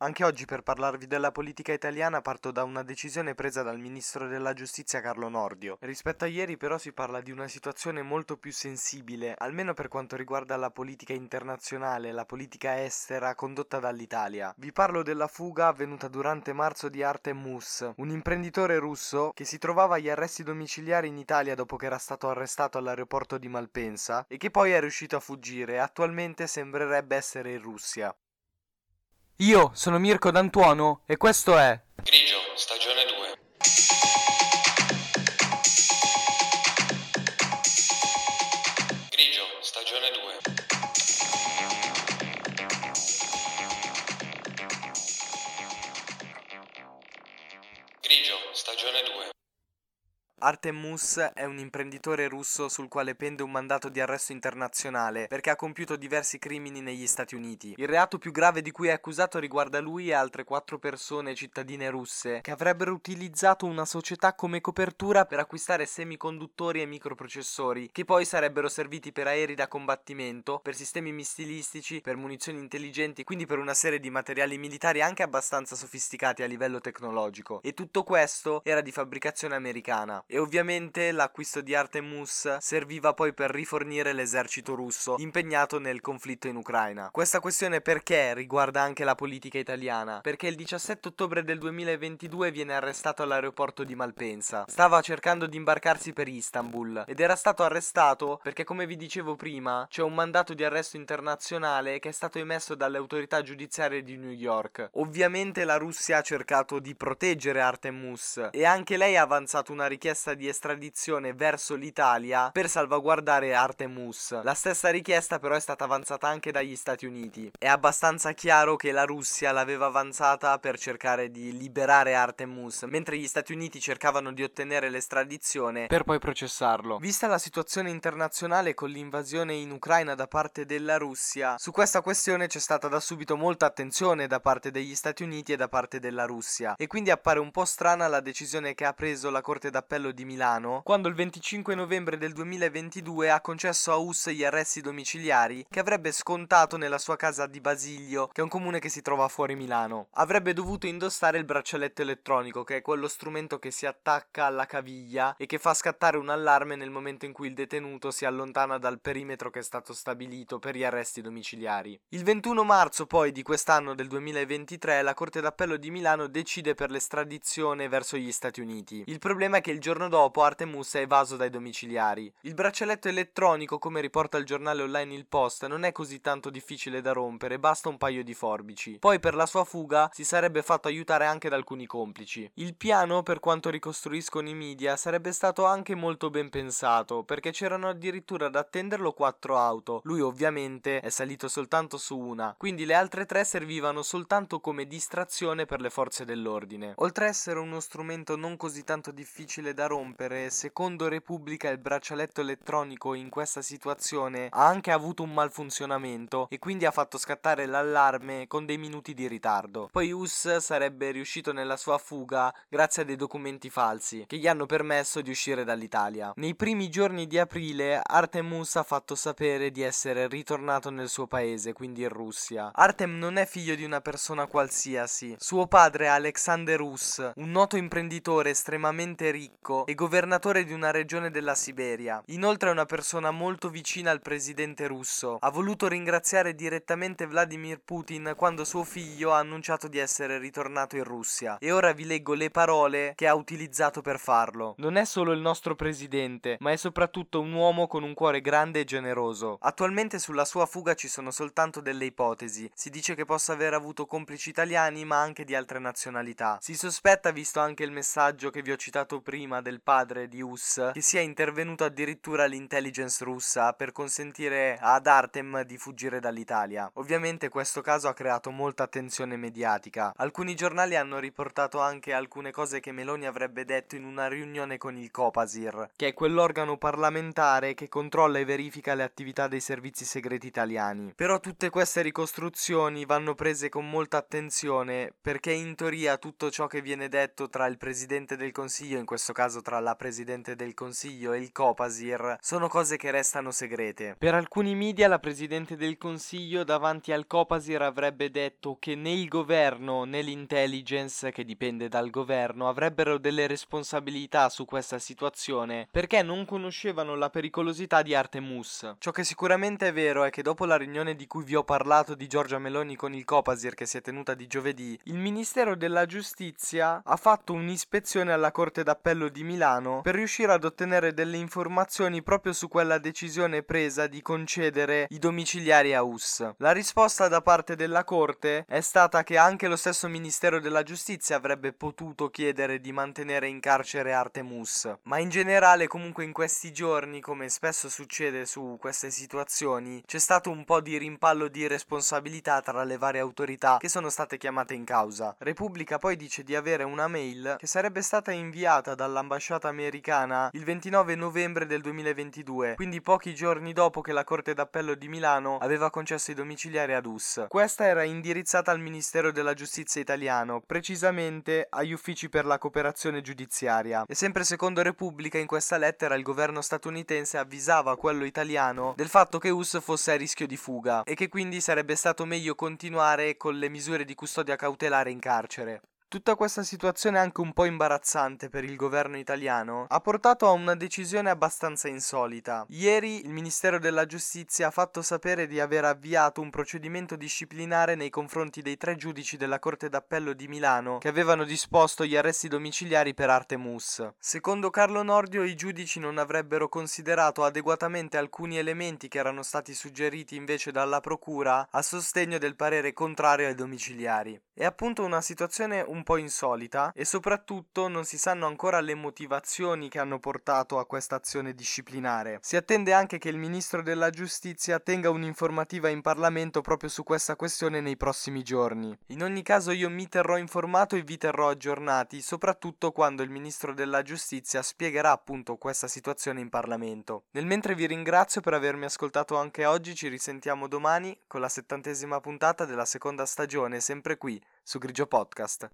Anche oggi per parlarvi della politica italiana parto da una decisione presa dal ministro della giustizia Carlo Nordio. Rispetto a ieri però si parla di una situazione molto più sensibile, almeno per quanto riguarda la politica internazionale, la politica estera condotta dall'Italia. Vi parlo della fuga avvenuta durante marzo di Artem Mus, un imprenditore russo che si trovava agli arresti domiciliari in Italia dopo che era stato arrestato all'aeroporto di Malpensa e che poi è riuscito a fuggire e attualmente sembrerebbe essere in Russia. Io sono Mirko D'Antuono e questo è Grigio, stagione 2. Grigio, stagione 2. Grigio, stagione 2. Artem Mus è un imprenditore russo sul quale pende un mandato di arresto internazionale perché ha compiuto diversi crimini negli Stati Uniti. Il reato più grave di cui è accusato riguarda lui e altre 4 persone cittadine russe che avrebbero utilizzato una società come copertura per acquistare semiconduttori e microprocessori che poi sarebbero serviti per aerei da combattimento, per sistemi missilistici, per munizioni intelligenti, quindi per una serie di materiali militari anche abbastanza sofisticati a livello tecnologico. E tutto questo era di fabbricazione americana. E ovviamente l'acquisto di Artem Mus serviva poi per rifornire l'esercito russo impegnato nel conflitto in Ucraina. Questa questione perché riguarda anche la politica italiana? Perché il 17 ottobre del 2022 viene arrestato all'aeroporto di Malpensa. Stava cercando di imbarcarsi per Istanbul ed era stato arrestato perché, come vi dicevo prima, c'è un mandato di arresto internazionale che è stato emesso dalle autorità giudiziarie di New York. Ovviamente la Russia ha cercato di proteggere Artem Mus e anche lei ha avanzato una richiesta di estradizione verso l'Italia per salvaguardare Artem Mus. La stessa richiesta però è stata avanzata anche dagli Stati Uniti. È abbastanza chiaro che la Russia l'aveva avanzata per cercare di liberare Artem Mus, mentre gli Stati Uniti cercavano di ottenere l'estradizione per poi processarlo. Vista la situazione internazionale con l'invasione in Ucraina da parte della Russia, su questa questione c'è stata da subito molta attenzione da parte degli Stati Uniti e da parte della Russia, e quindi appare un po' strana la decisione che ha preso la Corte d'Appello di Milano quando il 25 novembre del 2022 ha concesso a Us gli arresti domiciliari che avrebbe scontato nella sua casa di Basilio, che è un comune che si trova fuori Milano. Avrebbe dovuto indossare il braccialetto elettronico, che è quello strumento che si attacca alla caviglia e che fa scattare un allarme nel momento in cui il detenuto si allontana dal perimetro che è stato stabilito per gli arresti domiciliari. Il 21 marzo poi di quest'anno del 2023 la Corte d'Appello di Milano decide per l'estradizione verso gli Stati Uniti. Il problema è che il giorno dopo Artem Mus è evaso dai domiciliari. Il braccialetto elettronico, come riporta il giornale online Il Post, non è così tanto difficile da rompere, basta un paio di forbici. Poi per la sua fuga si sarebbe fatto aiutare anche da alcuni complici. Il piano, per quanto ricostruiscono i media, sarebbe stato anche molto ben pensato, perché c'erano addirittura ad attenderlo 4 auto. Lui ovviamente è salito soltanto su una, quindi le altre 3 servivano soltanto come distrazione per le forze dell'ordine. Oltre a essere uno strumento non così tanto difficile da rompere, secondo Repubblica il braccialetto elettronico in questa situazione ha anche avuto un malfunzionamento e quindi ha fatto scattare l'allarme con dei minuti di ritardo. Poi Us sarebbe riuscito nella sua fuga grazie a dei documenti falsi che gli hanno permesso di uscire dall'Italia. Nei primi giorni di aprile Artem Mus ha fatto sapere di essere ritornato nel suo paese, quindi in Russia. Artem non è figlio di una persona qualsiasi. Suo padre è Alexander Us, un noto imprenditore estremamente ricco e governatore di una regione della Siberia. Inoltre è una persona molto vicina al presidente russo. Ha voluto ringraziare direttamente Vladimir Putin quando suo figlio ha annunciato di essere ritornato in Russia. E ora vi leggo le parole che ha utilizzato per farlo. Non è solo il nostro presidente, ma è soprattutto un uomo con un cuore grande e generoso. Attualmente sulla sua fuga ci sono soltanto delle ipotesi. Si dice che possa aver avuto complici italiani, ma anche di altre nazionalità. Si sospetta, visto anche il messaggio che vi ho citato prima del padre di Us, che sia intervenuto addirittura l'intelligence russa per consentire ad Artem di fuggire dall'Italia. Ovviamente questo caso ha creato molta attenzione mediatica. Alcuni giornali hanno riportato anche alcune cose che Meloni avrebbe detto in una riunione con il Copasir, che è quell'organo parlamentare che controlla e verifica le attività dei servizi segreti italiani. Però tutte queste ricostruzioni vanno prese con molta attenzione, perché in teoria tutto ciò che viene detto tra il presidente del Consiglio, in questo caso caso tra la Presidente del Consiglio e il Copasir sono cose che restano segrete. Per alcuni media la Presidente del Consiglio davanti al Copasir avrebbe detto che né il governo né l'intelligence, che dipende dal governo, avrebbero delle responsabilità su questa situazione perché non conoscevano la pericolosità di Artemus. Ciò che sicuramente è vero è che dopo la riunione di cui vi ho parlato di Giorgia Meloni con il Copasir, che si è tenuta di giovedì, il Ministero della Giustizia ha fatto un'ispezione alla Corte d'Appello di Milano per riuscire ad ottenere delle informazioni proprio su quella decisione presa di concedere i domiciliari a US. La risposta da parte della Corte è stata che anche lo stesso Ministero della Giustizia avrebbe potuto chiedere di mantenere in carcere Artemus, ma in generale comunque in questi giorni, come spesso succede su queste situazioni, c'è stato un po' di rimpallo di responsabilità tra le varie autorità che sono state chiamate in causa. Repubblica poi dice di avere una mail che sarebbe stata inviata dall'ambasciata americana il 29 novembre del 2022, quindi pochi giorni dopo che la Corte d'Appello di Milano aveva concesso i domiciliari ad US. Questa era indirizzata al Ministero della Giustizia italiano, precisamente agli uffici per la cooperazione giudiziaria. E sempre secondo Repubblica, in questa lettera il governo statunitense avvisava quello italiano del fatto che US fosse a rischio di fuga e che quindi sarebbe stato meglio continuare con le misure di custodia cautelare in carcere. Tutta questa situazione, anche un po' imbarazzante per il governo italiano, ha portato a una decisione abbastanza insolita. Ieri il Ministero della Giustizia ha fatto sapere di aver avviato un procedimento disciplinare nei confronti dei 3 giudici della Corte d'Appello di Milano che avevano disposto gli arresti domiciliari per Artemus. Secondo Carlo Nordio, i giudici non avrebbero considerato adeguatamente alcuni elementi che erano stati suggeriti invece dalla Procura a sostegno del parere contrario ai domiciliari. È appunto una situazione un po' insolita e soprattutto non si sanno ancora le motivazioni che hanno portato a questa azione disciplinare. Si attende anche che il Ministro della Giustizia tenga un'informativa in Parlamento proprio su questa questione nei prossimi giorni. In ogni caso io mi terrò informato e vi terrò aggiornati, soprattutto quando il Ministro della Giustizia spiegherà appunto questa situazione in Parlamento. Nel mentre vi ringrazio per avermi ascoltato anche oggi, ci risentiamo domani con la 70ª puntata della seconda stagione, sempre qui su Grigio Podcast.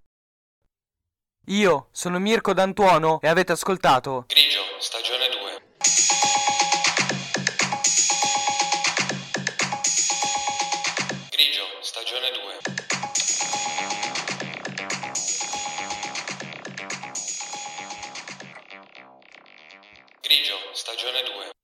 Io sono Mirko D'Antuono e avete ascoltato Grigio, stagione 2. Grigio, stagione 2. Grigio, stagione 2.